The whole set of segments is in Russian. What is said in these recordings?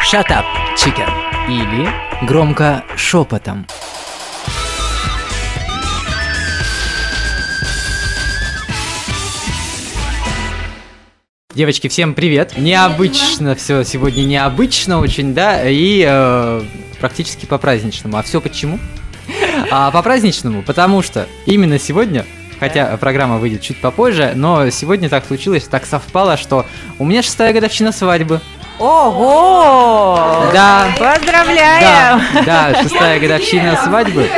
Shut up, chicken. Или громко шепотом. Девочки, всем привет! Необычно все сегодня, необычно очень, да, и практически по-праздничному. А все почему? По-праздничному, потому что именно сегодня, хотя программа выйдет чуть попозже, но сегодня так случилось, так совпало, что у меня 6-я годовщина свадьбы. Ого! Да. Поздравляем! Да, 6-я годовщина свадьбы.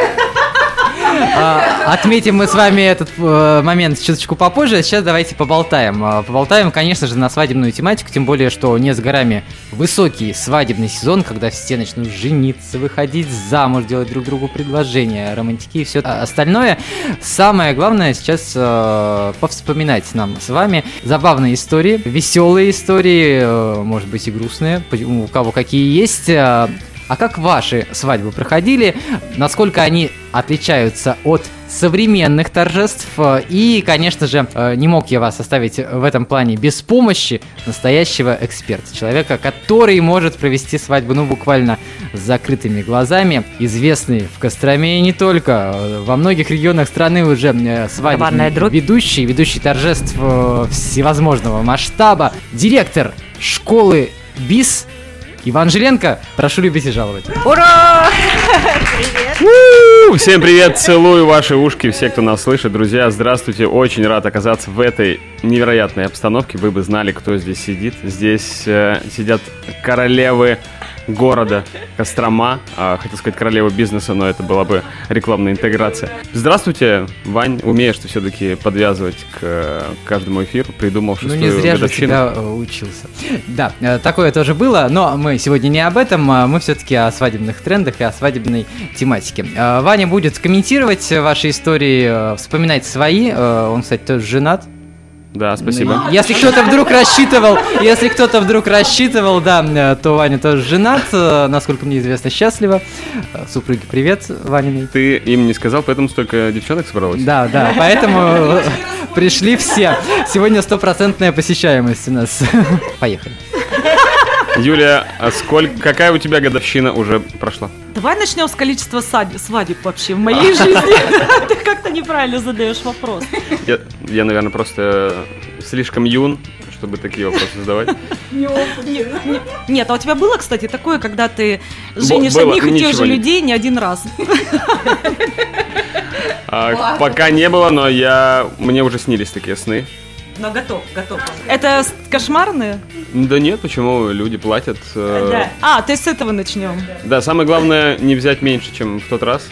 Отметим мы с вами этот момент чуточку попозже. Сейчас давайте поболтаем. Поболтаем, конечно же, на свадебную тематику, тем более, что не с горами высокий свадебный сезон, когда все начнут жениться, выходить замуж, делать друг другу предложения, романтики и все остальное. Самое главное сейчас повспоминать нам с вами забавные истории, веселые истории, может быть и грустные, у кого какие есть. А как ваши свадьбы проходили? Насколько они отличаются от современных торжеств? И, конечно же, не мог я вас оставить в этом плане без помощи настоящего эксперта. Человека, который может провести свадьбу, буквально с закрытыми глазами. Известный в Костроме и не только. Во многих регионах страны уже свадебный ведущий торжеств всевозможного масштаба. Директор школы БИС Иван Жиленко, прошу любить и жаловать. Ура! Привет! Всем привет, целую ваши ушки, все, кто нас слышит. Друзья, здравствуйте, очень рад оказаться в этой невероятной обстановке. Вы бы знали, кто здесь сидит. Здесь сидят королевы города Кострома, хотел сказать королева бизнеса, но это была бы рекламная интеграция. Здравствуйте, Вань, умеешь ты все-таки подвязывать к каждому эфиру, придумал 6-ю годовщину. Не зря же тебя учился. Да, такое тоже было, но мы сегодня не об этом, мы все-таки о свадебных трендах и о свадебной тематике. Ваня будет комментировать ваши истории, вспоминать свои, он, кстати, тоже женат. Да, спасибо. Если кто-то вдруг рассчитывал, да, то Ваня тоже женат, насколько мне известно, счастливо. Супруги, привет, Ваниной. Ты им не сказал, поэтому столько девчонок собралось? Да, поэтому пришли все. Сегодня 100% посещаемость у нас. Поехали. Юлия, какая у тебя годовщина уже прошла? Давай начнем с количества свадеб вообще в моей жизни. Ты как-то неправильно задаешь вопрос. Я, наверное, просто слишком юн, чтобы такие вопросы задавать. Нет, а у тебя было, кстати, такое, когда ты женишь одних и тех же людей не один раз? Пока не было, но мне уже снились такие сны. Но готов. Это кошмарные? Да нет, почему? Люди платят. Да. То есть с этого начнем. Да, самое главное не взять меньше, чем в тот раз.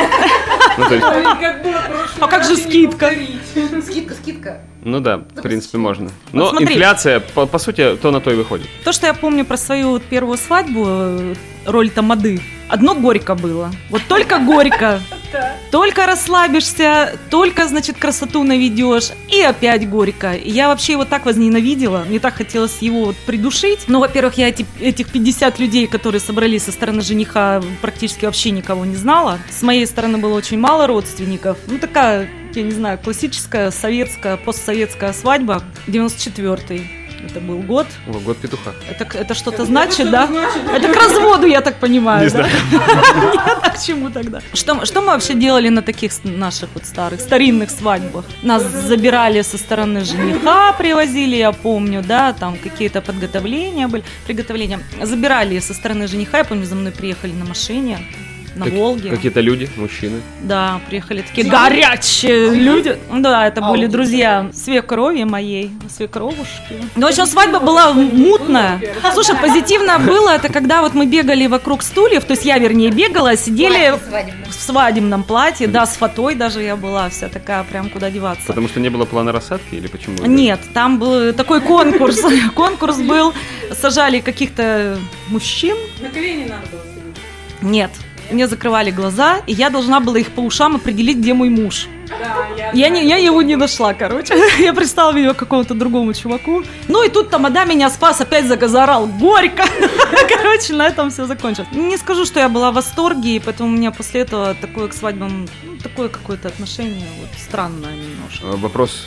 А как же скидка? Скидка. Ну да, в принципе, можно. Но инфляция, по сути, то на то и выходит. То, что я помню про свою первую свадьбу, роль тамады, одно горько было. Вот только горько. Только расслабишься, только, значит, красоту наведешь, и опять горько. И я вообще его так возненавидела, мне так хотелось его вот придушить. Но, во-первых, я этих 50 людей, которые собрались со стороны жениха, практически вообще никого не знала. С моей стороны было очень мало родственников. Такая, я не знаю, классическая советская, постсоветская свадьба, 94-й. Это был год. Год петуха. Это что-то значит, да? Это к разводу, я так понимаю. Не знаю. Нет, а к чему тогда? Что мы вообще делали на таких наших вот старинных свадьбах? Нас забирали со стороны жениха, привозили, я помню, да, там какие-то приготовления. Забирали со стороны жениха, я помню, за мной приехали на машине. На Волге. Какие-то люди, мужчины. Да, приехали такие горячие люди. Да, это были друзья свекрови моей, свекровушки. В общем, свадьба была мутная. Слушай, позитивно было, это когда вот мы бегали вокруг стульев, то есть я, вернее, бегала, сидели в свадебном платье, да, с фатой даже я была вся такая, прям куда деваться. Потому что не было плана рассадки или почему? Нет, там был такой конкурс. Конкурс был, сажали каких-то мужчин. На колени надо было сидеть. Нет. Мне закрывали глаза, и я должна была их по ушам определить, где мой муж. Да, я его не нашла, короче. Я представила ее какому-то другому чуваку. Ну и тут тамада меня спас, опять заорал горько. Короче, на этом все закончилось. Не скажу, что я была в восторге, и поэтому у меня после этого такое к свадьбам, такое какое-то отношение вот странное немножко. Вопрос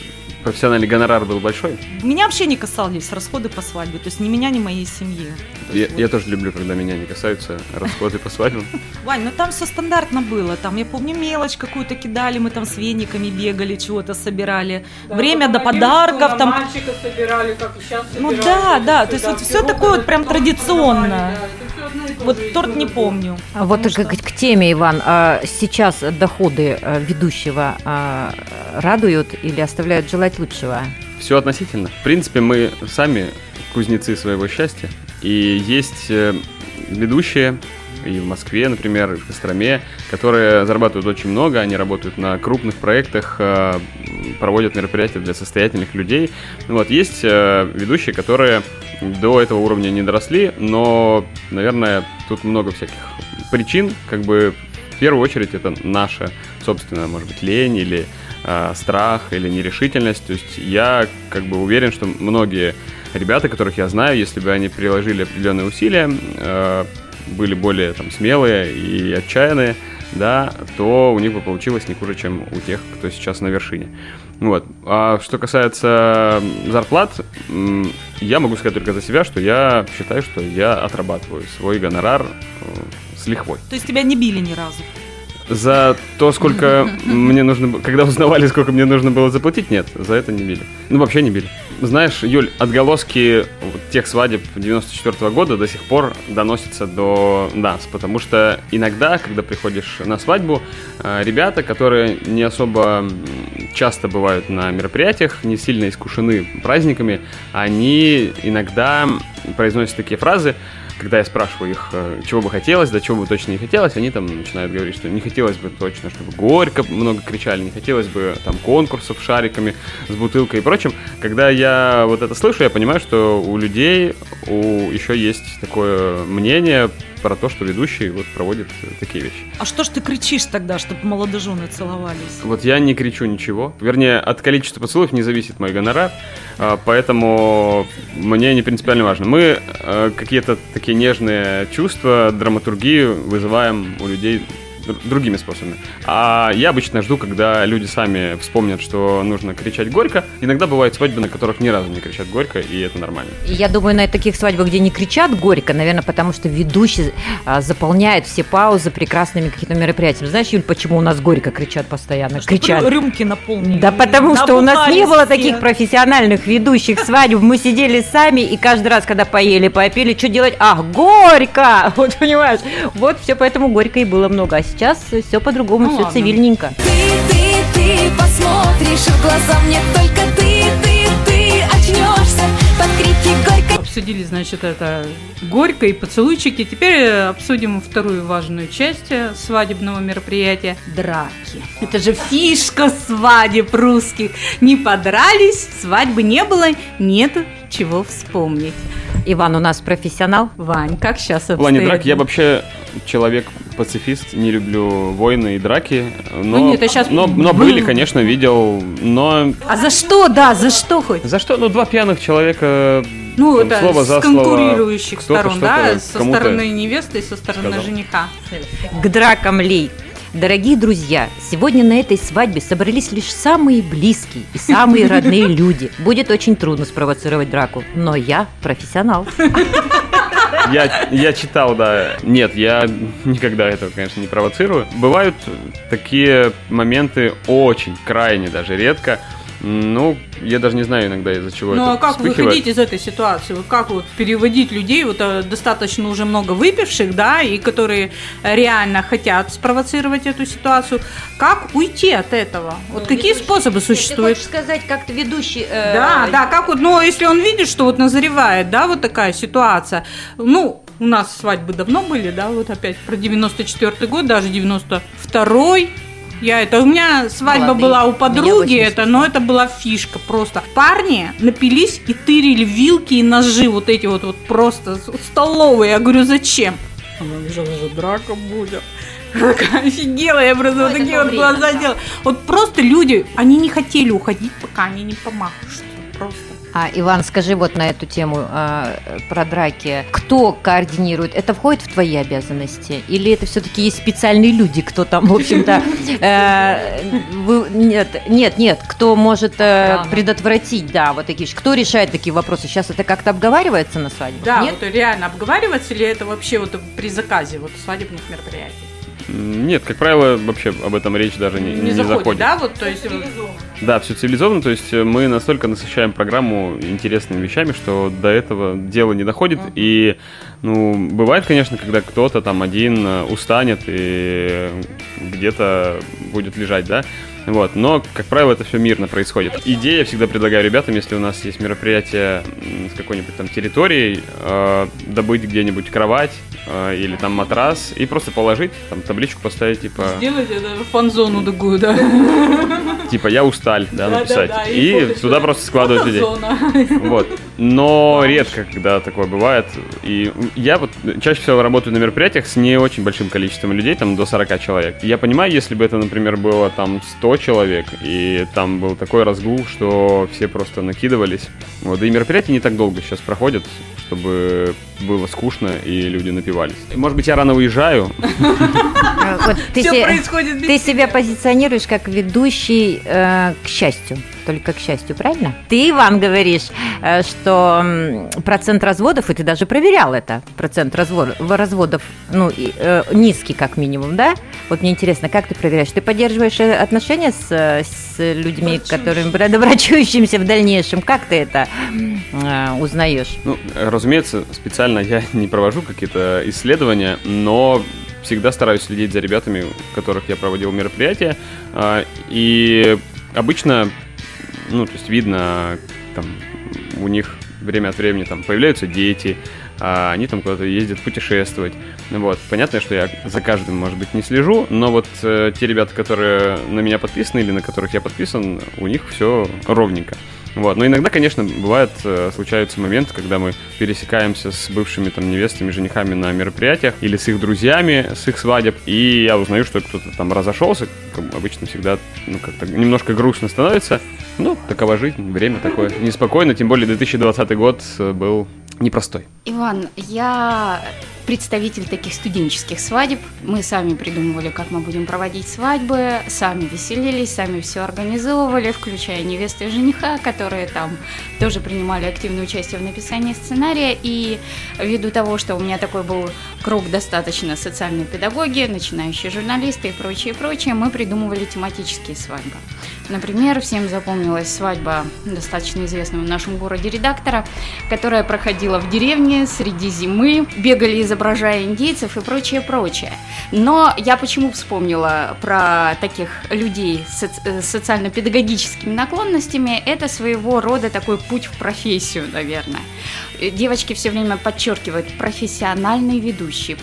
профессиональный гонорар был большой? Меня вообще не касались расходы по свадьбе, то есть ни меня, ни моей семьи. Я тоже люблю, когда меня не касаются расходы по свадьбам. Вань, ну там все стандартно было. Там, я помню, мелочь какую-то кидали, мы там с вениками бегали, чего-то собирали. Да, время до подарков. Там... Мальчика собирали, как и сейчас Ну собирают. да, то есть вот все такое вот прям традиционно. Вот торт не помню. А вот к теме, Иван, сейчас доходы ведущего радуют или оставляют желать лучшего? Все относительно. В принципе, мы сами кузнецы своего счастья. И есть ведущие и в Москве, например, и в Костроме, которые зарабатывают очень много, они работают на крупных проектах, проводят мероприятия для состоятельных людей. Вот, есть ведущие, которые до этого уровня не доросли, но, наверное, тут много всяких причин, как бы в первую очередь это наша собственная, может быть, лень или страх или нерешительность. То есть я как бы уверен, что многие ребята, которых я знаю, если бы они приложили определенные усилия, были более там смелые и отчаянные, да, то у них бы получилось не хуже, чем у тех, кто сейчас на вершине. Вот. А что касается зарплат, я могу сказать только за себя, что я считаю, что я отрабатываю свой гонорар с лихвой. То есть тебя не били ни разу? За то, сколько мне нужно было... Когда узнавали, сколько мне нужно было заплатить, нет, за это не били. Ну, вообще не били. Знаешь, Юль, отголоски тех свадеб 94-го года до сих пор доносятся до нас, потому что иногда, когда приходишь на свадьбу, ребята, которые не особо часто бывают на мероприятиях, не сильно искушены праздниками, они иногда произносят такие фразы, когда я спрашиваю их, чего бы хотелось, да чего бы точно не хотелось, они там начинают говорить, что не хотелось бы точно, чтобы горько много кричали, не хотелось бы там конкурсов с шариками, с бутылкой и прочим. Когда я вот это слышу, я понимаю, что у людей еще есть такое мнение про то, что ведущий вот проводит такие вещи. А что ж ты кричишь тогда, чтобы молодожены целовались? Вот я не кричу ничего. Вернее, от количества поцелуев не зависит мой гонорар, поэтому мне не принципиально важно. Мы какие-то такие нежные чувства, драматургию вызываем у людей другими способами. А я обычно жду, когда люди сами вспомнят, что нужно кричать горько. Иногда бывают свадьбы, на которых ни разу не кричат горько, и это нормально. Я думаю, на таких свадьбах, где не кричат горько, наверное, потому что ведущий заполняет все паузы прекрасными какими-то мероприятиями. Знаешь, Юль, почему у нас горько кричат постоянно? Кричат. Рюмки наполнили. Да потому что у нас не было все. таких профессиональных ведущих свадеб. Мы сидели сами, и каждый раз, когда поели, попили, что делать? Ах, горько! Вот понимаешь? Вот все поэтому горько и было много. А сейчас все по-другому, все цивильненько. Ты посмотришь в глаза мне, только ты очнешься под крики горько. Обсудили, значит, это горько и поцелуйчики. Теперь обсудим вторую важную часть свадебного мероприятия – драки. Это же фишка свадеб русских. Не подрались, свадьбы не было, нету чего вспомнить. Иван у нас профессионал. Вань, как сейчас В плане драк я вообще человек-пацифист, не люблю войны и драки, но, Ну нет, а сейчас но были, конечно, видел, но... А за что, да, за что хоть? За что? Ну, два пьяных человека, Ну, там, это слово за с слово, конкурирующих кто-то сторон, что-то да, со кому-то стороны невесты и со стороны сказал. жениха. К дракам лей. Дорогие друзья, сегодня на этой свадьбе собрались лишь самые близкие и самые родные люди. Будет очень трудно спровоцировать драку, но я профессионал. Я читал, да. Нет, я никогда этого, конечно, не провоцирую. Бывают такие моменты очень, крайне даже редко. Ну, я даже не знаю иногда, из-за чего Ну, это а как вспыхивает. выходить из этой ситуации? Вот как вот переводить людей, вот достаточно уже много выпивших, да, и которые реально хотят спровоцировать эту ситуацию. Как уйти от этого? Вот какие способы Ты существуют? хочешь сказать, как-то ведущий... Да, как вот, ну, если он видит, что вот назревает, да, вот такая ситуация, ну, у нас свадьбы давно были, да, вот опять про 94-й год, даже 92-й. У меня свадьба Молодые. была у подруги, Меня но это была фишка просто. Парни напились и тырили вилки и ножи, вот эти вот просто столовые. Я говорю, зачем? Она говорит, это же драка будет. Такая офигела, я просто вот такие вот глаза делала. Вот просто люди, они не хотели уходить, пока они не помахают. Просто. Иван, скажи вот на эту тему про драки. Кто координирует? Это входит в твои обязанности? Или это все-таки есть специальные люди, кто там, в общем-то... Нет, кто может предотвратить, да, вот такие... Кто решает такие вопросы? Сейчас это как-то обговаривается на свадьбе? Да, нет? вот реально обговаривается или это вообще вот при заказе вот свадебных мероприятий? Нет, как правило, вообще об этом речь даже не заходит. Да, вот, то есть... Да, все цивилизованно, то есть мы настолько насыщаем программу интересными вещами, что до этого дело не доходит. И, бывает, конечно, когда кто-то там один устанет и где-то будет лежать, да. Вот, но, как правило, это все мирно происходит. Идея, я всегда предлагаю ребятам, если у нас есть мероприятие с какой-нибудь там территорией, добыть где-нибудь кровать или там матрас и просто положить, там табличку поставить, типа... Сделать фан-зону такую, да. Типа «я усталь», да, написать. Да, и туда просто складывать людей. Вот. Но редко, когда такое бывает. И я вот чаще всего работаю на мероприятиях с не очень большим количеством людей, там до 40 человек. Я понимаю, если бы это, например, было там 100 человек, и там был такой разгул, что все просто накидывались. Вот. И мероприятия не так долго сейчас проходят, чтобы было скучно и люди напивались. Может быть, я рано уезжаю. Все происходит без Ты себя позиционируешь как ведущий к счастью. Только к счастью, правильно? Ты, Иван, говоришь, что процент разводов, и ты даже проверял это, процент разводов, низкий как минимум, да? Вот мне интересно, как ты проверяешь? Ты поддерживаешь отношения с людьми, которыми брачующимися в дальнейшем? Как ты это узнаешь? Разумеется, специально я не провожу какие-то исследования, но всегда стараюсь следить за ребятами, у которых я проводил мероприятия, и обычно, то есть видно, там, у них время от времени там появляются дети, они там куда-то ездят путешествовать. Вот. Понятно, что я за каждым, может быть, не слежу, но вот те ребята, которые на меня подписаны или на которых я подписан, у них все ровненько. Вот. Но иногда, конечно, случаются моменты, когда мы пересекаемся с бывшими там невестами, женихами на мероприятиях или с их друзьями, с их свадеб, и я узнаю, что кто-то там разошелся. Обычно всегда как-то немножко грустно становится. Такова жизнь, время такое неспокойно, тем более 2020 год был непростой. Иван, я представитель таких студенческих свадеб. Мы сами придумывали, как мы будем проводить свадьбы, сами веселились, сами все организовывали, включая невесты и жениха, которые там тоже принимали активное участие в написании сценария. И ввиду того, что у меня такой был круг достаточно социальной педагоги, начинающие журналисты и прочее, мы придумывали тематические свадьбы. Например, всем запомнилась свадьба достаточно известного в нашем городе редактора, которая проходила в деревне среди зимы, бегали, изображая индейцев и прочее. Но я почему вспомнила про таких людей с социально-педагогическими наклонностями? Это своего рода такой путь в профессию, наверное. Девочки все время подчеркивают профессиональные ведущие.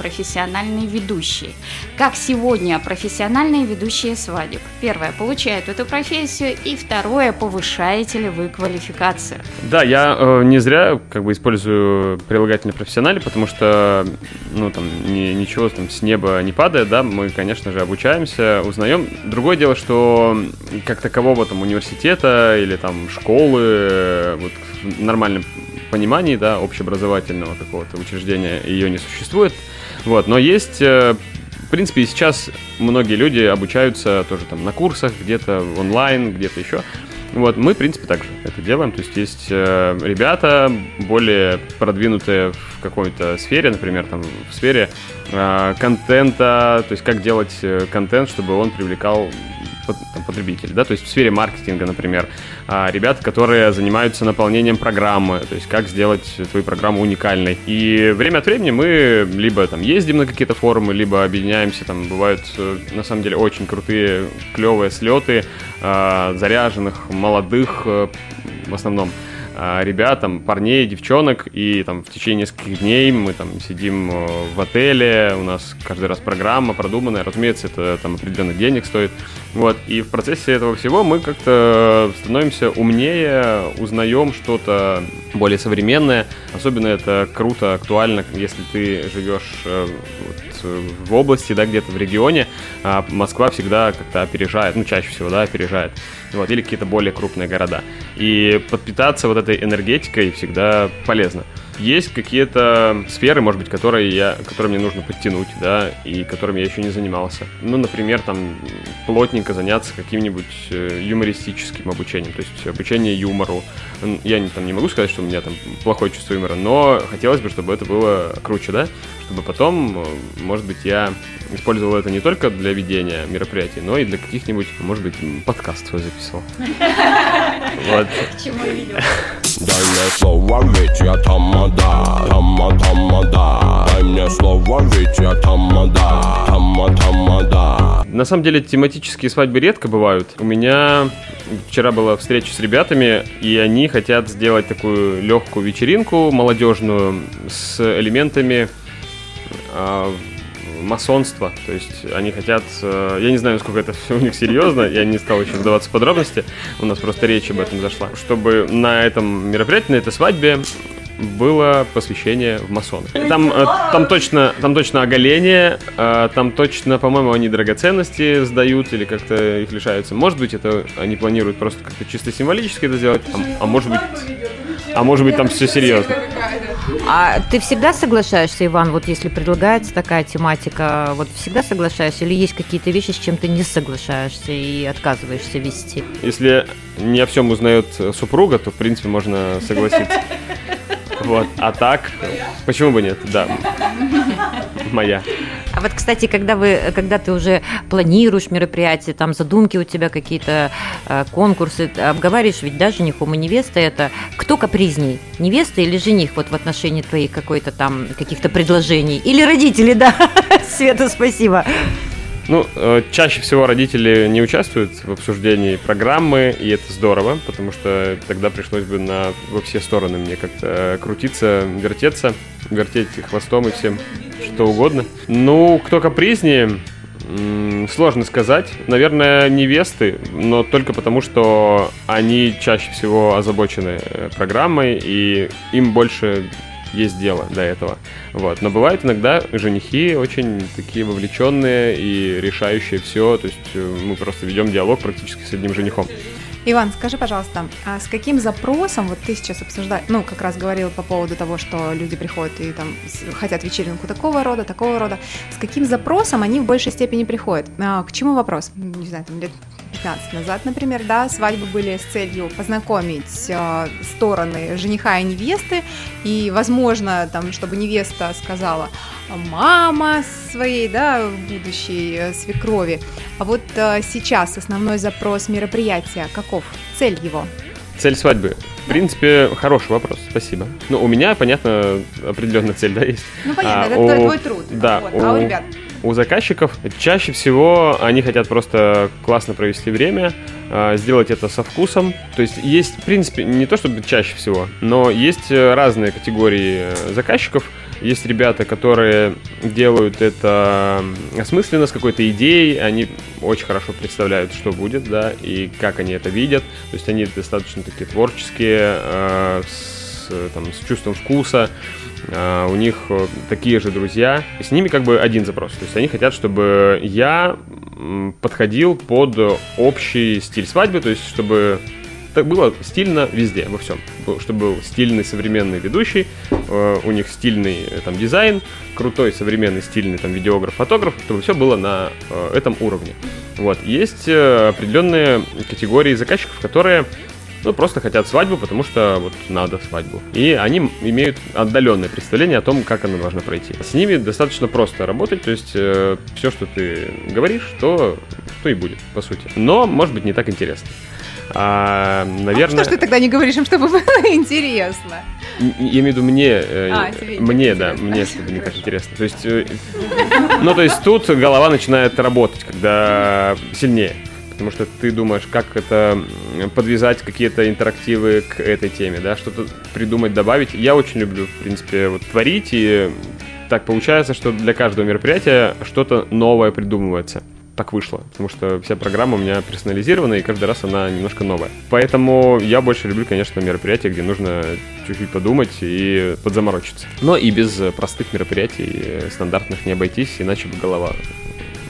Как сегодня профессиональные ведущие свадеб? Первое, получают эту профессию, и второе, повышаете ли вы квалификацию? Да, я не зря использую прилагательное профессиональный, потому что ничего там с неба не падает, да, мы, конечно же, обучаемся, узнаем. Другое дело, что как такового там университета или там школы вот в нормальном понимании, да, общеобразовательного какого-то учреждения ее не существует. Вот, но есть, в принципе, и сейчас многие люди обучаются тоже там на курсах, где-то онлайн, где-то еще. Вот, мы, в принципе, также это делаем. То есть ребята более продвинутые в какой-то сфере, например, там в сфере контента, то есть как делать контент, чтобы он привлекал потребителей, да, то есть в сфере маркетинга, например, ребята, которые занимаются наполнением программы, то есть как сделать твою программу уникальной. И время от времени мы либо там ездим на какие-то форумы, либо объединяемся, там бывают на самом деле очень крутые, клевые слеты заряженных, молодых, в основном ребят, там, парней, девчонок, и там в течение нескольких дней мы там сидим в отеле, у нас каждый раз программа продуманная, разумеется, это там определенных денег стоит, вот, и в процессе этого всего мы как-то становимся умнее, узнаем что-то более современное, особенно это круто, актуально, если ты живешь в области, да, где-то в регионе, Москва всегда как-то опережает, чаще всего, да, опережает, вот, или какие-то более крупные города, и подпитаться вот этой этой энергетикой всегда полезно. Есть какие-то сферы, может быть, которые мне нужно подтянуть, да, и которыми я еще не занимался. Ну, например, там, плотненько заняться каким-нибудь юмористическим обучением, то есть обучение юмору. Я не могу сказать, что у меня там плохое чувство юмора, но хотелось бы, чтобы это было круче, да, чтобы потом, может быть, я использовал это не только для ведения мероприятий, но и для каких-нибудь, может быть, подкастов записывал. Вот. К чему я веду? Дай мне слово, ведь я тамада, тамада. Дай мне слово, ведь я тамада, тамада. На самом деле тематические свадьбы редко бывают. У меня вчера была встреча с ребятами, и они хотят сделать такую легкую вечеринку молодежную с элементами масонства. То есть они хотят... Я не знаю, насколько это все у них серьезно, я не стал еще вдаваться в подробности, у нас просто речь об этом зашла. Чтобы на этом мероприятии, на этой свадьбе было посвящение в масоны. Там точно оголение, там точно, по-моему, они драгоценности сдают или как-то их лишаются. Может быть, это они планируют просто как-то чисто символически это сделать, а может быть там все серьезно. А ты всегда соглашаешься, Иван, вот если предлагается такая тематика, вот всегда соглашаешься или есть какие-то вещи, с чем ты не соглашаешься и отказываешься вести? Если не о всем узнает супруга, то, в принципе, можно согласиться. Вот. А так, почему бы нет? Да. Моя. А вот, кстати, когда ты уже планируешь мероприятие, там задумки у тебя какие-то, конкурсы, обговариваешь, ведь да, женихом и невестой это кто капризней, невеста или жених вот в отношении твоих какой-то там каких-то предложений? Или родители, да? Света, спасибо. Ну, чаще всего родители не участвуют в обсуждении программы, и это здорово, потому что тогда пришлось бы во все стороны мне как-то крутиться, вертеть хвостом и всем что угодно. Ну, кто капризнее, сложно сказать. Наверное, невесты, но только потому, что они чаще всего озабочены программой, и им больше есть дело до этого. Вот. Но бывают иногда женихи очень такие вовлеченные и решающие все. То есть мы просто ведем диалог практически с одним женихом. Иван, скажи, пожалуйста, а с каким запросом, вот ты сейчас обсуждаешь, как раз говорил по поводу того, что люди приходят и там хотят вечеринку такого рода, с каким запросом они в большей степени приходят? К чему вопрос? Не знаю, там лет 15 назад, например, да, свадьбы были с целью познакомить стороны жениха и невесты, и, возможно, там, чтобы невеста сказала мама своей, да, будущей свекрови. А вот сейчас основной запрос мероприятия каков? Цель его? Цель свадьбы. В принципе, хороший вопрос, спасибо. У меня, понятно, определенная цель, да, есть. Понятно, это твой труд. Да, вот. А у ребят? У заказчиков чаще всего они хотят просто классно провести время, сделать это со вкусом. То есть есть, в принципе, не то чтобы чаще всего, но есть разные категории заказчиков. Есть ребята, которые делают это осмысленно, с какой-то идеей, они очень хорошо представляют, что будет, да, и как они это видят. То есть они достаточно такие творческие, с чувством вкуса. У них такие же друзья, и с ними как бы один запрос. То есть они хотят, чтобы я подходил под общий стиль свадьбы, то есть чтобы так было стильно везде, во всем. Чтобы был стильный современный ведущий, у них стильный там дизайн, крутой современный стильный там видеограф, фотограф, чтобы все было на этом уровне. Вот. Есть определенные категории заказчиков, которые просто хотят свадьбу, потому что вот надо свадьбу. И они имеют отдаленное представление о том, как она должна пройти. С ними достаточно просто работать, то есть все, что ты говоришь, то и будет, по сути. Но, может быть, не так интересно. Наверное... А что ж ты тогда не говоришь им, чтобы было интересно? Я имею в виду мне, чтобы не так интересно. То есть тут голова начинает работать, когда сильнее. Потому что ты думаешь, как это подвязать какие-то интерактивы к этой теме, да, что-то придумать, добавить. Я очень люблю, в принципе, творить, и так получается, что для каждого мероприятия что-то новое придумывается. Так вышло, потому что вся программа у меня персонализирована, и каждый раз она немножко новая. Поэтому я больше люблю, конечно, мероприятия, где нужно чуть-чуть подумать и подзаморочиться. Но и без простых мероприятий стандартных не обойтись, иначе бы голова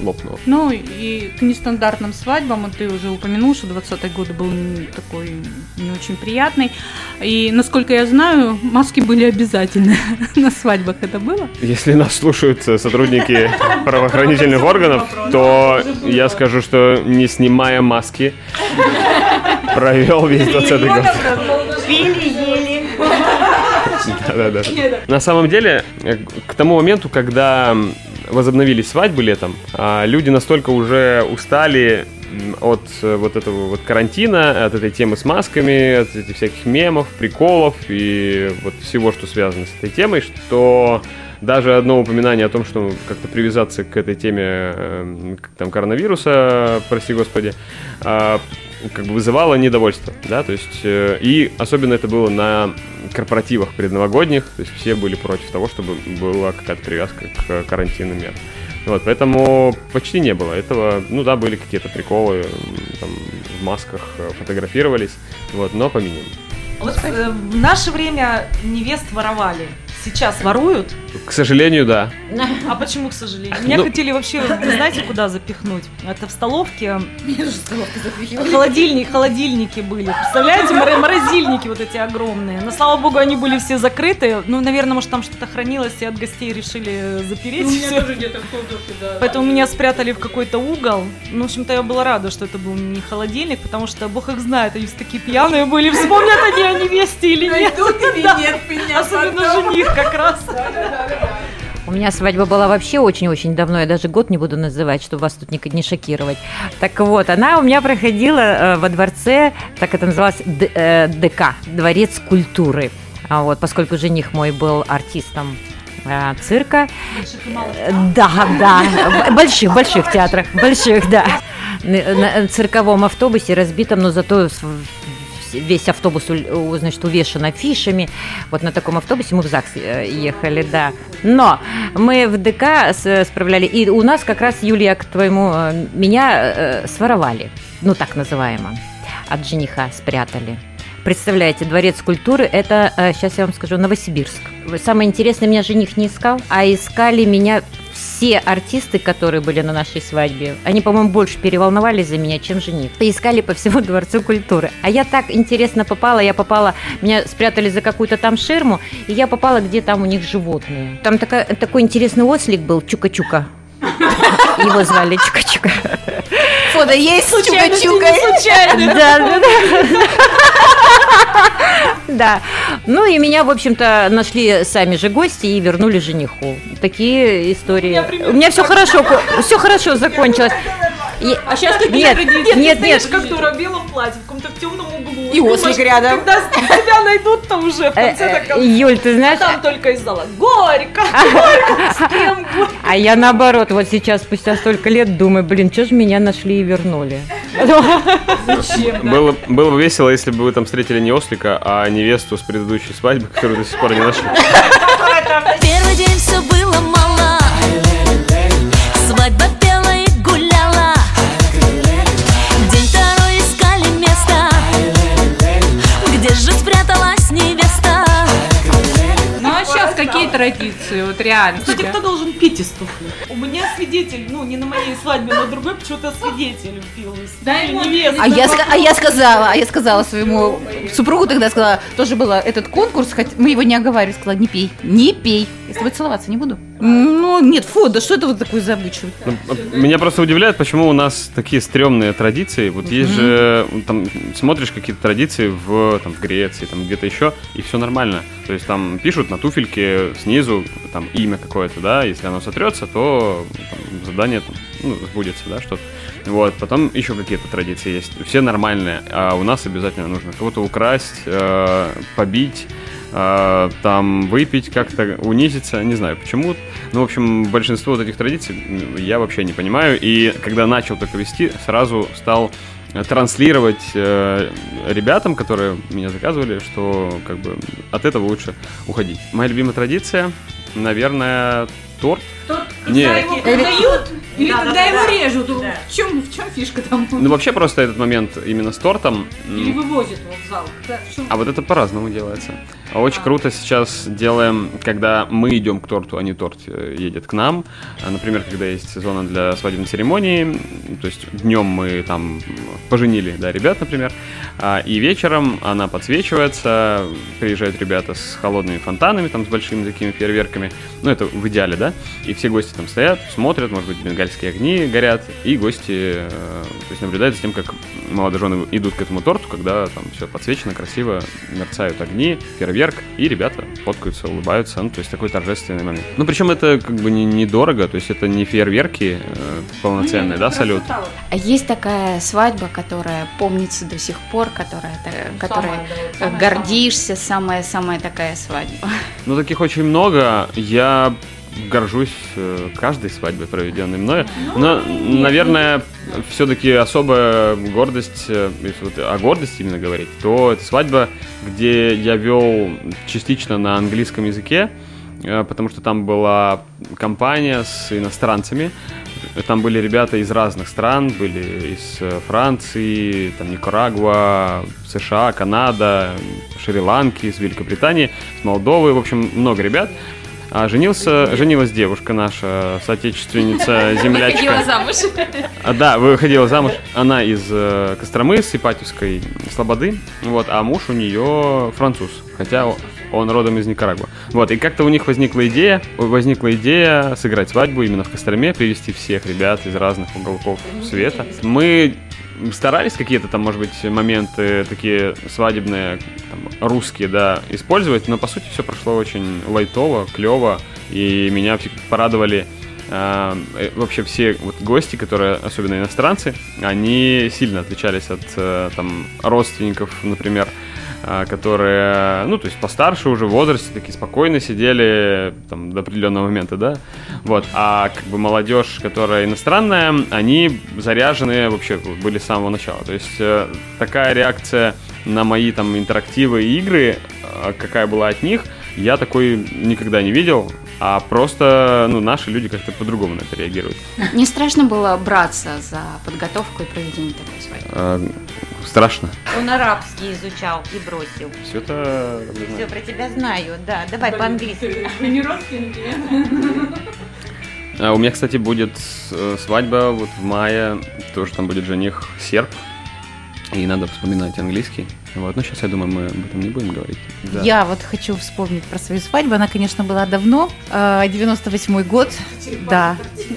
лопнуло. Ну и к нестандартным свадьбам, ты уже упомянул, что 20-й год был такой не очень приятный. И, насколько я знаю, маски были обязательны на свадьбах. Это было? Если нас слушают сотрудники правоохранительных органов, то я скажу, что не снимая маски, провел весь 20-й год. Пили-ели. Да. На самом деле, к тому моменту, когда возобновились свадьбы летом, люди настолько уже устали от вот этого вот карантина, от этой темы с масками, от этих всяких мемов, приколов и вот всего, что связано с этой темой, что даже одно упоминание о том, что как-то привязаться к этой теме там, коронавируса, прости господи, как бы вызывало недовольство, да, то есть, и особенно это было на корпоративах предновогодних, то есть все были против того, чтобы была какая-то привязка к карантинным мерам. Вот, поэтому почти не было этого, ну да, были какие-то приколы, там, в масках фотографировались, вот, но по минимуму. Вот в наше время невест воровали. Сейчас воруют? К сожалению, да. А почему, к сожалению? Меня хотели вообще, вы знаете, куда запихнуть? Это в столовке. Холодильники были. Представляете, морозильники вот эти огромные. Но, слава богу, они были все закрыты. Ну, наверное, может, там что-то хранилось, и от гостей решили запереть. У меня тоже где-то в кладовке, да. Поэтому меня спрятали в какой-то угол. Ну, в общем-то, я была рада, что это был не холодильник, потому что, бог их знает, они все такие пьяные были. Вспомнят они о невесте или нет. Найдут или нет меня. Особенно жених как раз. У меня свадьба была вообще очень-очень давно, я даже год не буду называть, чтобы вас тут не шокировать. Так вот, она у меня проходила во дворце, так это называлось ДК, Дворец культуры. Вот, поскольку жених мой был артистом цирка. Да, больших театрах, больших, да. На цирковом автобусе разбитом, но зато весь автобус, значит, увешан афишами. Вот на таком автобусе мы в ЗАГС ехали, да. Но мы в ДК справляли, и у нас как раз, Юлия, к твоему, меня своровали, ну так называемо, от жениха спрятали. Представляете, Дворец культуры, это, сейчас я вам скажу, Новосибирск. Самое интересное, меня жених не искал, а искали меня все артисты, которые были на нашей свадьбе. Они, по-моему, больше переволновались за меня, чем жених. И искали по всему Дворцу культуры. А я так интересно попала, меня спрятали за какую-то там ширму, и я попала, где там у них животные. Там такой интересный ослик был, Чука-Чука. Его звали Чука-Чука. Фото есть с Чука-Чукой? Да. Да. Ну и меня, в общем-то, нашли сами же гости и вернули жениху. Такие истории. У меня все хорошо закончилось. А сейчас нет, стоишь как дура в белом платье, в каком-то темном углу. И ослик рядом. Когда тебя найдут-то уже в конце такого. Юль, ты знаешь... А там только из зала горько, с кем горько. А я наоборот, вот сейчас, спустя столько лет, думаю, что же меня нашли и вернули. Зачем? Было бы весело, если бы вы там встретили не ослика, а невесту с предыдущей свадьбы, которую до сих пор не нашли. Первый день все было мало, свадьба пела и гуляла. День второй искали место, где же спряталась невеста. Ну а сейчас какие традиции, вот реально? Кстати, кто должен пить из туфли? У меня свидетель, ну не на моей свадьбе, но другой почему-то свидетель пил из туфли невесты. А я сказала своему супругу тогда, сказала, тоже был этот конкурс, хоть мы его не оговаривали, сказала, не пей, я с тобой целоваться не буду. Ну, нет, фу, да что это вот такое за обычай? Меня просто удивляет, почему у нас такие стрёмные традиции. Вот есть же, там, смотришь какие-то традиции в Греции, там где-то еще, и все нормально. То есть там пишут на туфельке снизу там имя какое-то, да, если оно сотрется, то там, задание сбудется, да, что-то. Вот, потом еще какие-то традиции есть. Все нормальные, а у нас обязательно нужно кого-то украсть, побить, там выпить, как-то унизиться, не знаю почему. Ну, в общем, большинство вот этих традиций я вообще не понимаю. И когда начал только вести, сразу стал транслировать ребятам, которые меня заказывали, что как бы от этого лучше уходить. Моя любимая традиция, наверное, торт. Когда его продают или когда его режут? В чем фишка там? Ну, вообще просто этот момент именно с тортом. Или вывозят его в зал? А вот это по-разному делается. Очень круто сейчас делаем, когда мы идем к торту, а не торт едет к нам. Например, когда есть зона для свадебной церемонии, то есть днем мы там поженили, да, ребят, например, и вечером она подсвечивается, приезжают ребята с холодными фонтанами, там с большими такими фейерверками, ну это в идеале, да, и все гости там стоят, смотрят, может быть, бенгальские огни горят, и гости, то есть наблюдают за тем, как молодожены идут к этому торту, когда там все подсвечено, красиво, мерцают огни, фейерверк, и ребята фоткаются, улыбаются, ну, то есть такой торжественный момент. Ну, причем это как бы недорого, то есть это не фейерверки полноценные, да, салют? А есть такая свадьба, которая помнится до сих пор, которой гордишься, самая такая свадьба. Ну, таких очень много. Я горжусь каждой свадьбой, проведенной мною. Но, наверное, все-таки особая гордость, если вот о гордости именно говорить, то это свадьба, где я вел частично на английском языке, потому что там была компания с иностранцами. Там были ребята из разных стран, были из Франции, там, Никарагуа, США, Канада, Шри-Ланки, из Великобритании, с Молдовы, в общем, много ребят. А женилась девушка наша, соотечественница, землячка. Выходила замуж. Да, выходила замуж. Она из Костромы, с Ипатьевской слободы, вот, а муж у нее француз, хотя он родом из Никарагуа. Вот, и как-то у них возникла идея сыграть свадьбу именно в Костроме, привезти всех ребят из разных уголков света. Мы старались какие-то там, может быть, моменты такие свадебные, там, русские, да, использовать, но по сути все прошло очень лайтово, клево, и меня порадовали вообще все вот гости, которые, особенно иностранцы, они сильно отличались от там родственников, например, которые, ну, то есть постарше уже в возрасте, такие спокойно сидели там до определенного момента, да, вот, а как бы молодежь, которая иностранная, они заряжены вообще были с самого начала, то есть такая реакция на мои там интерактивы и игры, какая была от них, я такой никогда не видел, а просто, ну, наши люди как-то по-другому на это реагируют. Не страшно было браться за подготовку и проведение такой свадьбы? Страшно. Он арабский изучал и бросил. Все это... Все про тебя знаю, да. Давай по-английски. Вы не родственники? У меня, кстати, будет свадьба вот в мае. Тоже там будет жених серб. И надо вспоминать английский. Вот. Но сейчас, я думаю, мы об этом не будем говорить. Да. Я вот хочу вспомнить про свою свадьбу. Она, конечно, была давно. 98-й год. Да.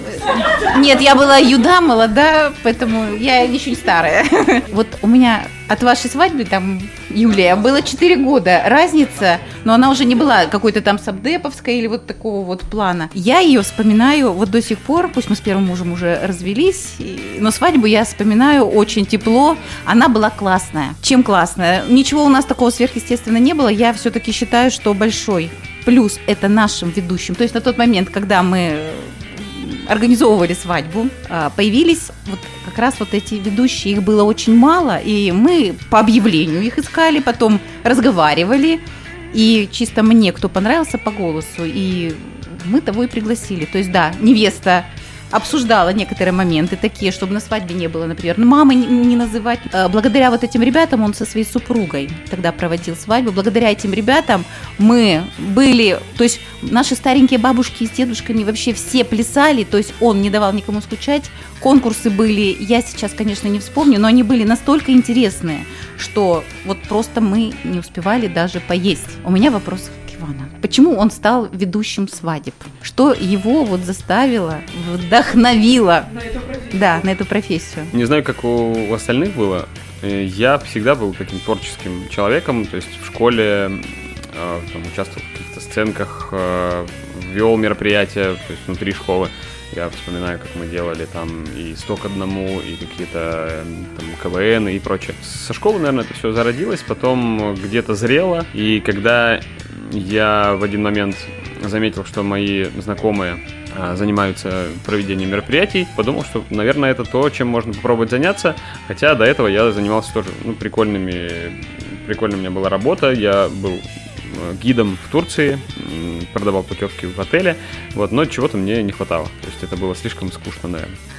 Нет, я была юда, молода, поэтому я еще не старая. Вот у меня от вашей свадьбы, там, Юлия, было 4 года разница, но она уже не была какой-то там сабдеповской или вот такого вот плана. Я ее вспоминаю вот до сих пор, пусть мы с первым мужем уже развелись, но свадьбу я вспоминаю очень тепло. Она была классная. Чем классная? Ничего у нас такого сверхъестественного не было. Я все-таки считаю, что большой плюс это нашим ведущим. То есть на тот момент, когда мы организовывали свадьбу, появились вот как раз вот эти ведущие, их было очень мало, и мы по объявлению их искали, потом разговаривали, и чисто мне кто понравился по голосу, и мы того и пригласили. То есть да, невеста обсуждала некоторые моменты такие, чтобы на свадьбе не было, например, мамы не называть. Благодаря вот этим ребятам он со своей супругой тогда проводил свадьбу. Благодаря этим ребятам мы были, то есть наши старенькие бабушки с дедушками вообще все плясали, то есть он не давал никому скучать. Конкурсы были, я сейчас, конечно, не вспомню, но они были настолько интересные, что вот просто мы не успевали даже поесть. У меня вопрос к Ивану. Почему он стал ведущим свадеб? Что его вот заставило, вдохновило на эту профессию? Не знаю, как у остальных было. Я всегда был таким творческим человеком, то есть в школе там, участвовал в каких-то сценках, вел мероприятия, то есть внутри школы. Я вспоминаю, как мы делали там и 100 к 1, и какие-то там КВН и прочее. Со школы, наверное, это все зародилось, потом где-то зрело. И когда я в один момент заметил, что мои знакомые занимаются проведением мероприятий, подумал, что, наверное, это то, чем можно попробовать заняться. Хотя до этого я занимался тоже прикольная у меня была работа. Я был гидом в Турции, продавал путевки в отеле, вот, но чего-то мне не хватало. То есть это было слишком скучно,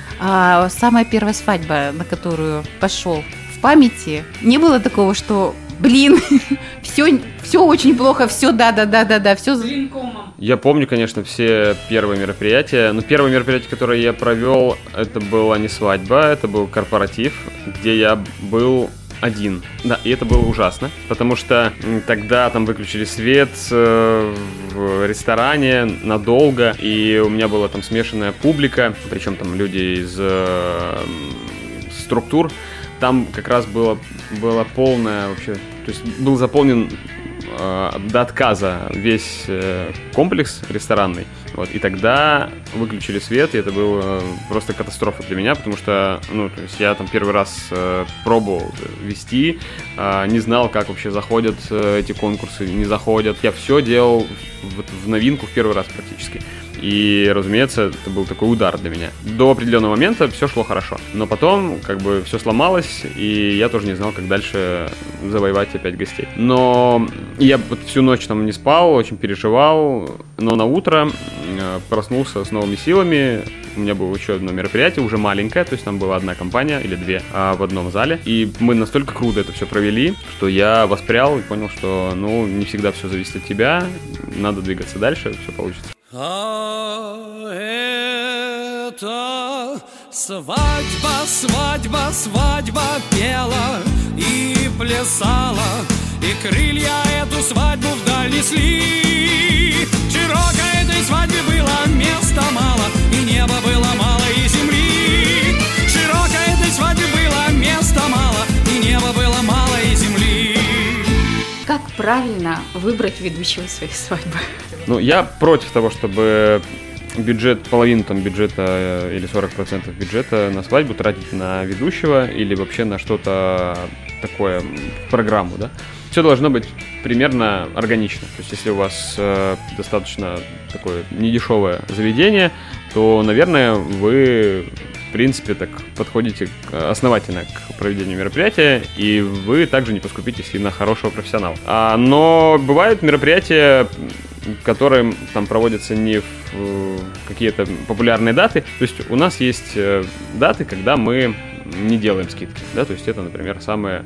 наверное. Самая первая свадьба, на которую пошел в памяти, не было такого, что блин, все очень плохо, все да, все. Я помню, конечно, все первые мероприятия. Но первое мероприятие, которое я провел, это была не свадьба, это был корпоратив, где я был один. Да, и это было ужасно, потому что тогда там выключили свет в ресторане надолго, и у меня была там смешанная публика, причем там люди из структур. Там как раз было полное вообще, то есть был заполнен до отказа весь комплекс ресторанный. Вот, и тогда выключили свет, и это была просто катастрофа для меня, потому что, то есть я там первый раз пробовал вести, не знал, как вообще заходят эти конкурсы, не заходят. Я все делал в новинку в первый раз практически. И, разумеется, это был такой удар для меня. До определенного момента все шло хорошо. Но потом, все сломалось, и я тоже не знал, как дальше завоевать опять гостей. Но я всю ночь там не спал, очень переживал. Но на утро проснулся с новыми силами. У меня было еще одно мероприятие, уже маленькое, то есть там была одна компания или две в одном зале. И мы настолько круто это все провели, что я воспрял и понял, что, не всегда все зависит от тебя. Надо двигаться дальше, все получится. А это свадьба пела и плясала, и крылья эту свадьбу вдаль несли. Широкой этой свадьбе было места мало, и неба было мало, и земли. Широкой этой свадьбе было места мало, и неба было мало, и земли. Как правильно выбрать ведущего своей свадьбы? Я против того, чтобы половину бюджета или 40% бюджета на свадьбу тратить на ведущего или вообще на что-то такое, программу, да. Все должно быть примерно органично. То есть, если у вас достаточно такое недешевое заведение, то, наверное, вы, в принципе, так подходите основательно к проведению мероприятия, и вы также не поскупитесь и на хорошего профессионала. Но бывают мероприятия, которые там проводятся не в какие-то популярные даты. То есть у нас есть даты, когда мы не делаем скидки, да, то есть это, например, самые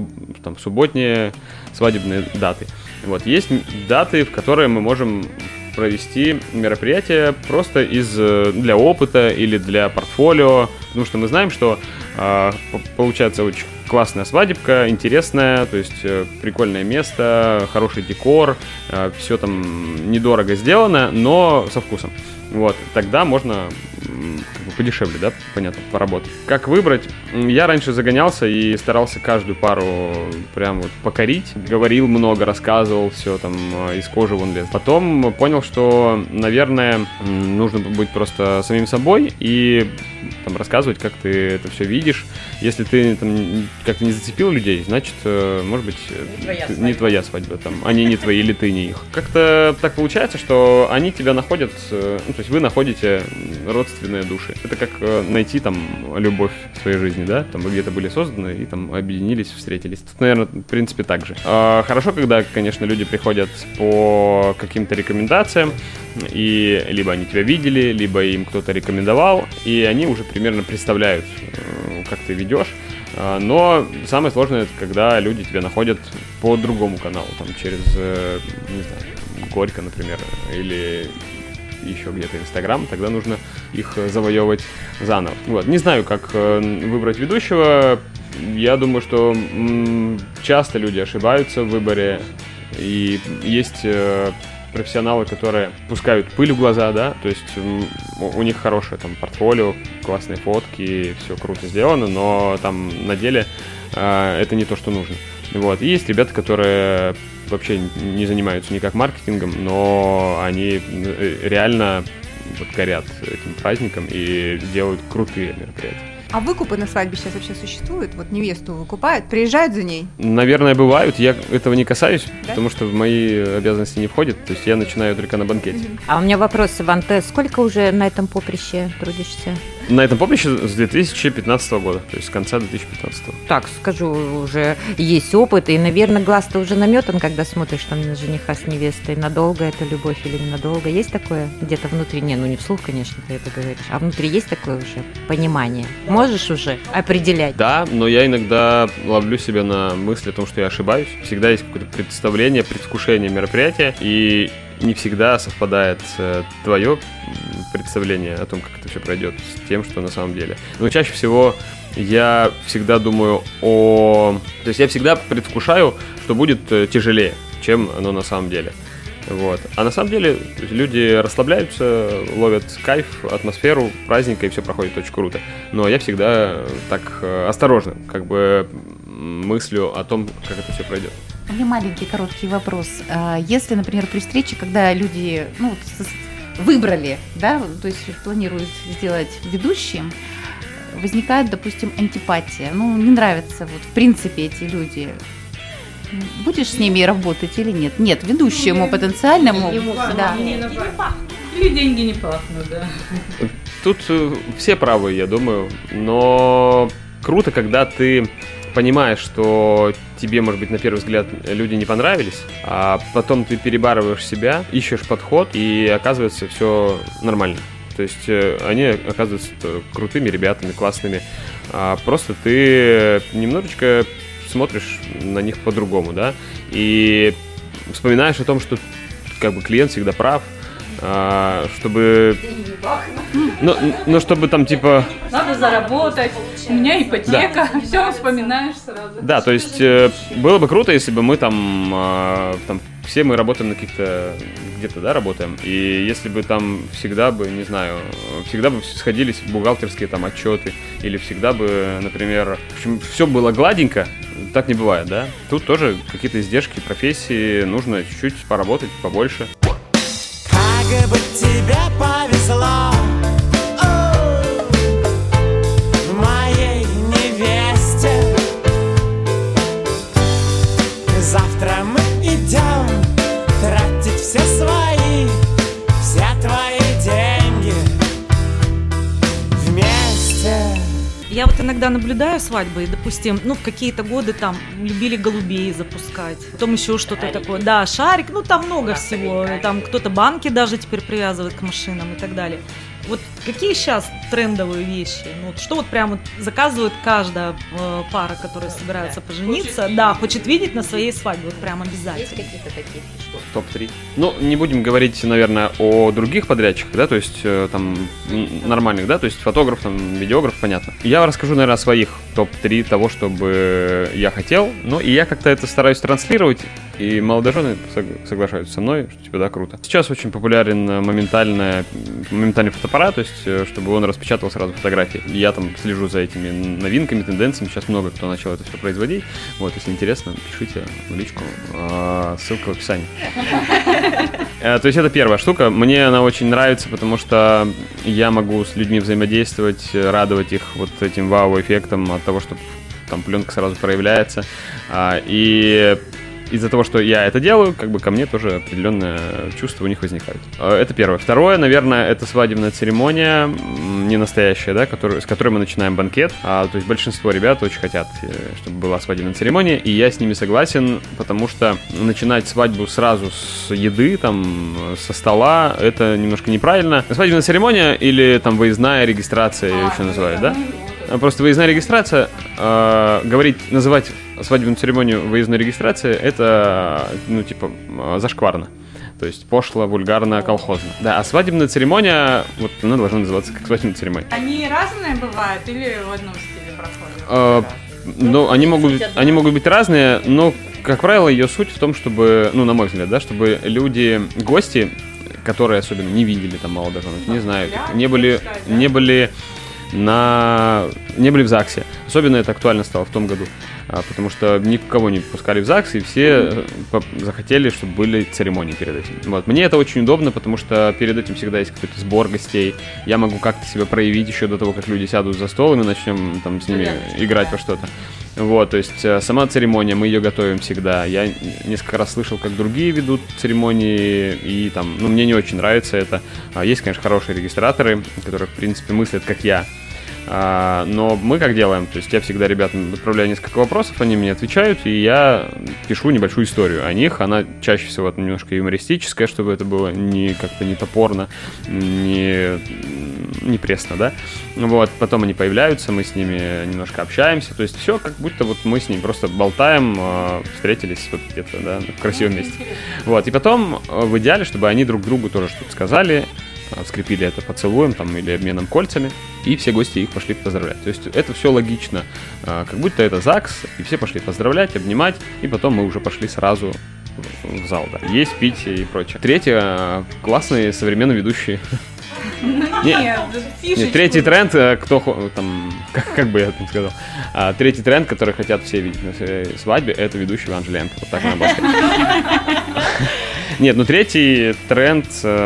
субботние свадебные даты. Вот, есть даты, в которые мы можем провести мероприятие просто для опыта или для портфолио, потому что мы знаем, что получается очень классная свадебка, интересная, то есть прикольное место, хороший декор, все там недорого сделано, но со вкусом. Вот, тогда можно подешевле, да, понятно, поработать. Как выбрать? Я раньше загонялся и старался каждую пару прям покорить. Говорил много, рассказывал, все там из кожи вон лез. Потом понял, что, наверное, нужно быть просто самим собой и рассказывать, как ты это все видишь. Если ты как-то не зацепил людей, значит, может быть, не твоя свадьба, они не твои или ты не их. Как-то так получается, что они тебя находят, то есть вы находите родственные души. Это как найти любовь в своей жизни, да? Вы где-то были созданы и объединились, встретились. Тут, наверное, в принципе, так же. Хорошо, когда, конечно, люди приходят по каким-то рекомендациям, и либо они тебя видели, либо им кто-то рекомендовал, и они уже примерно представляют, как ты ведешь. Но самое сложное, это когда люди тебя находят по другому каналу, через, не знаю, Горько, например, или еще где-то Инстаграм, тогда нужно их завоевывать заново. Вот. Не знаю, как выбрать ведущего. Я думаю, что часто люди ошибаются в выборе, и есть профессионалы, которые пускают пыль в глаза, да, то есть у них хорошее портфолио, классные фотки, все круто сделано, но на деле это не то, что нужно. Вот. И есть ребята, которые вообще не занимаются никак маркетингом, но они реально горят этим праздником и делают крутые мероприятия. А выкупы на свадьбе сейчас вообще существуют? Вот невесту выкупают, приезжают за ней? Наверное, бывают. Я этого не касаюсь, да? Потому что в мои обязанности не входит. То есть я начинаю только на банкете. А у меня вопрос, Иван, ты сколько уже на этом поприще трудишься? на этом поприще с 2015 года, то есть с конца 2015. Так, скажу, уже есть опыт, и, наверное, глаз-то уже наметан, когда смотришь там на жениха с невестой. Надолго это любовь или ненадолго? Есть такое где-то внутри? Не вслух, конечно, ты это говоришь. А внутри есть такое уже понимание? Можешь уже определять? Да, но я иногда ловлю себя на мысли о том, что я ошибаюсь. Всегда есть какое-то представление, предвкушение мероприятия, и не всегда совпадает твое представление о том, как это все пройдет, с тем, что на самом деле. Но чаще всего я всегда думаю То есть я всегда предвкушаю, что будет тяжелее, чем оно на самом деле. Вот. А на самом деле люди расслабляются, ловят кайф, атмосферу праздника, и все проходит очень круто. Но я всегда так осторожно мыслю о том, как это все пройдет. У меня маленький короткий вопрос. Если, например, при встрече, когда люди выбрали, да, то есть планируют сделать ведущим, возникает, допустим, антипатия. Не нравятся в принципе эти люди. Будешь с ними работать или нет? Нет, ведущему потенциальному. Да. Или деньги не пахнут, да. Тут все правы, я думаю, но круто, когда ты понимаешь, что тебе, может быть, на первый взгляд люди не понравились, а потом ты перебарываешь себя, ищешь подход, и оказывается все нормально. То есть они оказываются крутыми ребятами, классными. Просто ты немножечко смотришь на них по-другому, да, и вспоминаешь о том, что клиент всегда прав, чтобы... чтобы там типа... Надо заработать, у меня ипотека, да. Все вспоминаешь сразу. Да, то есть было бы круто, если бы мы там все мы работаем на каких-то, где-то, да, работаем, и если бы там всегда бы сходились бухгалтерские там отчеты, или всегда бы, например, в общем, все было гладенько, так не бывает, да. Тут тоже какие-то издержки профессии, нужно чуть-чуть поработать побольше. Как бы тебе повезло, моей невесте. Завтра мы идем тратить все твои деньги вместе. Я иногда наблюдаю свадьбы, и, допустим, в какие-то годы там любили голубей запускать, потом еще что-то такое. Да, шарик, там много всего. Там кто-то банки даже теперь привязывает к машинам и так далее. Вот какие сейчас трендовые вещи? Что прямо заказывает каждая пара, которая собирается пожениться, хочет видеть на своей свадьбе, прям обязательно. Есть какие-то такие фишки? Топ-3. Не будем говорить, наверное, о других подрядчиках, да, то есть там нормальных, да, то есть фотограф, видеограф, понятно. Я расскажу, наверное, о своих топ-3 того, что бы я хотел, и я как-то это стараюсь транслировать, и молодожены соглашаются со мной, что да, круто. Сейчас очень популярен моментальный фотоаппарат, то есть чтобы он распечатал сразу фотографии. Я там слежу за этими новинками, тенденциями, сейчас много кто начал это все производить. Вот, если интересно, пишите в личку, ссылка в описании. То есть это первая штука, мне она очень нравится, потому что я могу с людьми взаимодействовать, радовать их вот этим вау-эффектом от того, что там пленка сразу проявляется, и из-за того, что я это делаю, ко мне тоже определенное чувство у них возникает. Это первое. Второе, наверное, это свадебная церемония, не настоящая, да, с которой мы начинаем банкет. То есть большинство ребят очень хотят, чтобы была свадебная церемония, и я с ними согласен, потому что начинать свадьбу сразу с еды, со стола, это немножко неправильно. Свадебная церемония или выездная регистрация, ее еще называют, да? Просто выездная регистрация, называть свадебную церемонию выездной регистрации, это, зашкварно. То есть пошло, вульгарно, колхозно. Да, а свадебная церемония, она должна называться как свадебная церемония. Они разные бывают или в одном стиле проходят? Они могут быть разные, но, как правило, ее суть в том, чтобы, на мой взгляд, да, чтобы гости, которые особенно не видели молодоженов, не знают, не были в ЗАГСе. Особенно это актуально стало в том году, потому что никого не пускали в ЗАГС, и все захотели, чтобы были церемонии перед этим. Вот. Мне это очень удобно, потому что перед этим всегда есть какой-то сбор гостей. Я могу как-то себя проявить еще до того, как люди сядут за стол, и мы начнем с ними играть во что-то. Вот, то есть сама церемония, мы ее готовим всегда. Я несколько раз слышал, как другие ведут церемонии, и мне не очень нравится это. Есть, конечно, хорошие регистраторы, которые, в принципе, мыслят, как я. Но мы как делаем? То есть я всегда ребятам отправляю несколько вопросов, они мне отвечают, и я пишу небольшую историю о них. Она чаще всего немножко юмористическая, чтобы это было как-то не топорно, не пресно, да? Вот, потом они появляются, мы с ними немножко общаемся, то есть все как будто вот мы с ними просто болтаем, встретились вот где-то, да, в красивом месте. Вот, и потом в идеале, чтобы они друг другу тоже что-то сказали, скрепили это поцелуем там, или обменом кольцами, и все гости их пошли поздравлять. То есть это все логично, как будто это ЗАГС, и все пошли поздравлять, обнимать, и потом мы уже пошли сразу в зал, да, есть, пить и прочее. Третье, классные современные ведущие. Нет, третий тренд, кто там, как бы я там сказал, третий тренд, который хотят все видеть на своей свадьбе, это ведущий Иван Жиленко. Вот так надо сказать. Нет, ну третий тренд,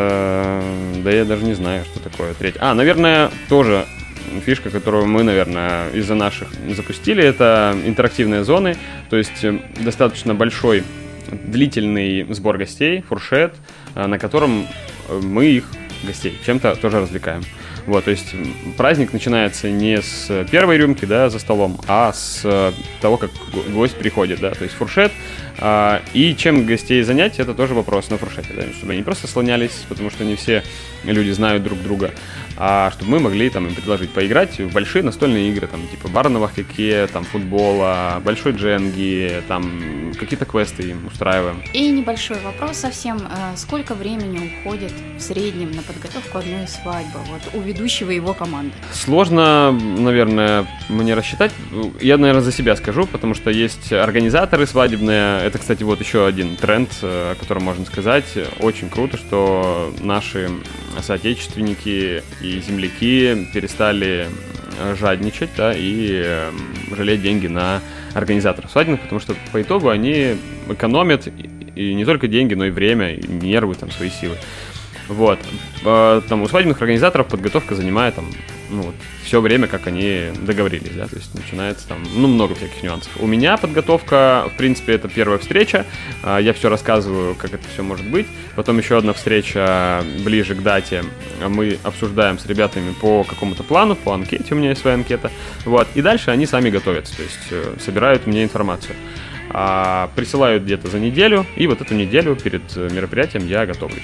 да я даже не знаю, что такое третий. Наверное, тоже фишка, которую мы, наверное, из-за наших запустили, это интерактивные зоны, то есть достаточно большой, длительный сбор гостей, фуршет, на котором мы их гостей чем-то тоже развлекаем. Вот, то есть праздник начинается не с первой рюмки, да, за столом, а с того, как гость приходит, да, то есть фуршет. И чем гостей занять, это тоже вопрос на фуршете, да, чтобы они просто слонялись, потому что не все люди знают друг друга, а чтобы мы могли там им предложить поиграть в большие настольные игры, там, типа барного хоккея, там, футбола, большой дженги, там, какие-то квесты им устраиваем. И небольшой вопрос совсем, сколько времени уходит в среднем на подготовку одной свадьбы, вот, у ведущего и его команды? Сложно, наверное, мне рассчитать. Я, наверное, за себя скажу, потому что есть организаторы свадебные. Это, кстати, вот еще один тренд, о котором можно сказать. Очень круто, что наши соотечественники и земляки перестали жадничать, да, и жалеть деньги на организаторов свадебных, потому что по итогу они экономят и не только деньги, но и время, и нервы, там, свои силы. Вот. Там у свадебных организаторов подготовка занимает там, все время, как они договорились, да, то есть начинается там, много всяких нюансов. У меня подготовка, в принципе, это первая встреча, я все рассказываю, как это все может быть, потом еще одна встреча ближе к дате, мы обсуждаем с ребятами по какому-то плану, по анкете, у меня есть своя анкета, вот, и дальше они сами готовятся, то есть собирают мне информацию. Присылают где-то за неделю, и вот эту неделю перед мероприятием я готовлюсь.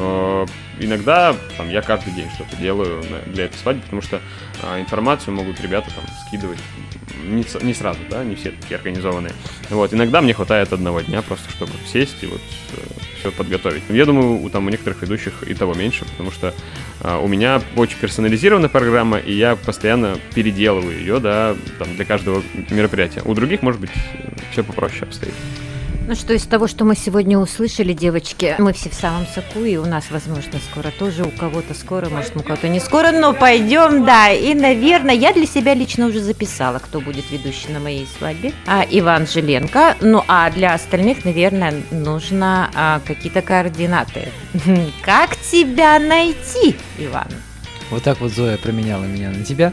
Иногда там, я каждый день что-то делаю для этой свадьбы, потому что информацию могут ребята там скидывать не сразу, да, не все такие организованные. Вот, иногда мне хватает одного дня просто, чтобы сесть и вот все подготовить. Но я думаю, у некоторых ведущих и того меньше, потому что у меня очень персонализированная программа, и я постоянно переделываю ее, да, там, для каждого мероприятия. У других, может быть, все попроще обстоит. Ну что, из того, что мы сегодня услышали, девочки, мы все в самом соку, и у нас, возможно, скоро тоже, у кого-то скоро, может, у кого-то не скоро, но пойдем, да. И, наверное, я для себя лично уже записала, кто будет ведущий на моей свадьбе. Иван Жиленко. Ну, а для остальных, наверное, нужно какие-то координаты. Как тебя найти, Иван? Вот так вот Зоя променяла меня на тебя.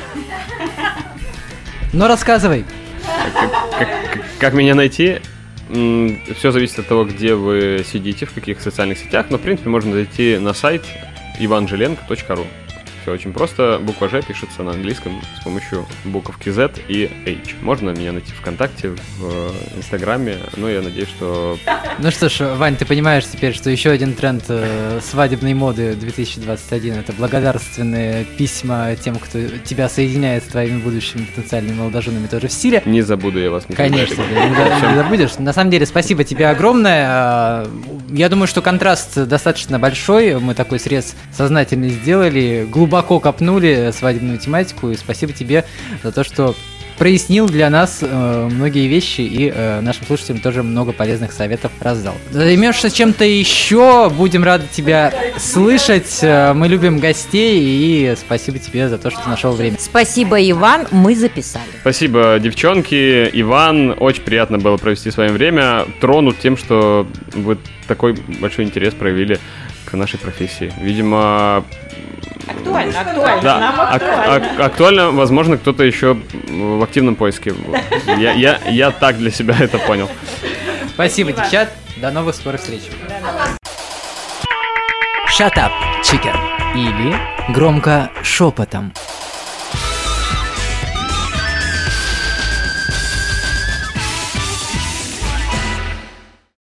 Но рассказывай. Как меня найти? Все зависит от того, где вы сидите, в каких социальных сетях, но, в принципе, можно зайти на сайт ivanjilenko.ru. Все очень просто, буква «Ж» пишется на английском с помощью буковки «Z» и «H». Можно меня найти ВКонтакте, в Инстаграме, но я надеюсь, что... Ну что ж, Вань, ты понимаешь теперь, что еще один тренд свадебной моды 2021 – это благодарственные письма тем, кто тебя соединяет с твоими будущими потенциальными молодоженами, тоже в стиле. Не забуду я вас никогда. Конечно, не забудешь. На самом деле, спасибо тебе огромное. Я думаю, что контраст достаточно большой. Мы такой срез сознательный сделали, глубоко копнули свадебную тематику. И спасибо тебе за то, что прояснил для нас многие вещи и нашим слушателям тоже много полезных советов раздал. Займешься чем-то еще, будем рады тебя слышать. Мы любим гостей, и спасибо тебе за то, что нашел время. Спасибо, Иван, мы записали. Спасибо, девчонки, Иван, очень приятно было провести с вами время. Тронут тем, что вы такой большой интерес проявили к нашей профессии. Видимо... Актуально. Да, Нам актуально. Актуально, возможно, кто-то еще в активном поиске. Я так для себя это понял. Спасибо, девчат. До новых скорых встреч. Shut up, chicken. Или громко шепотом.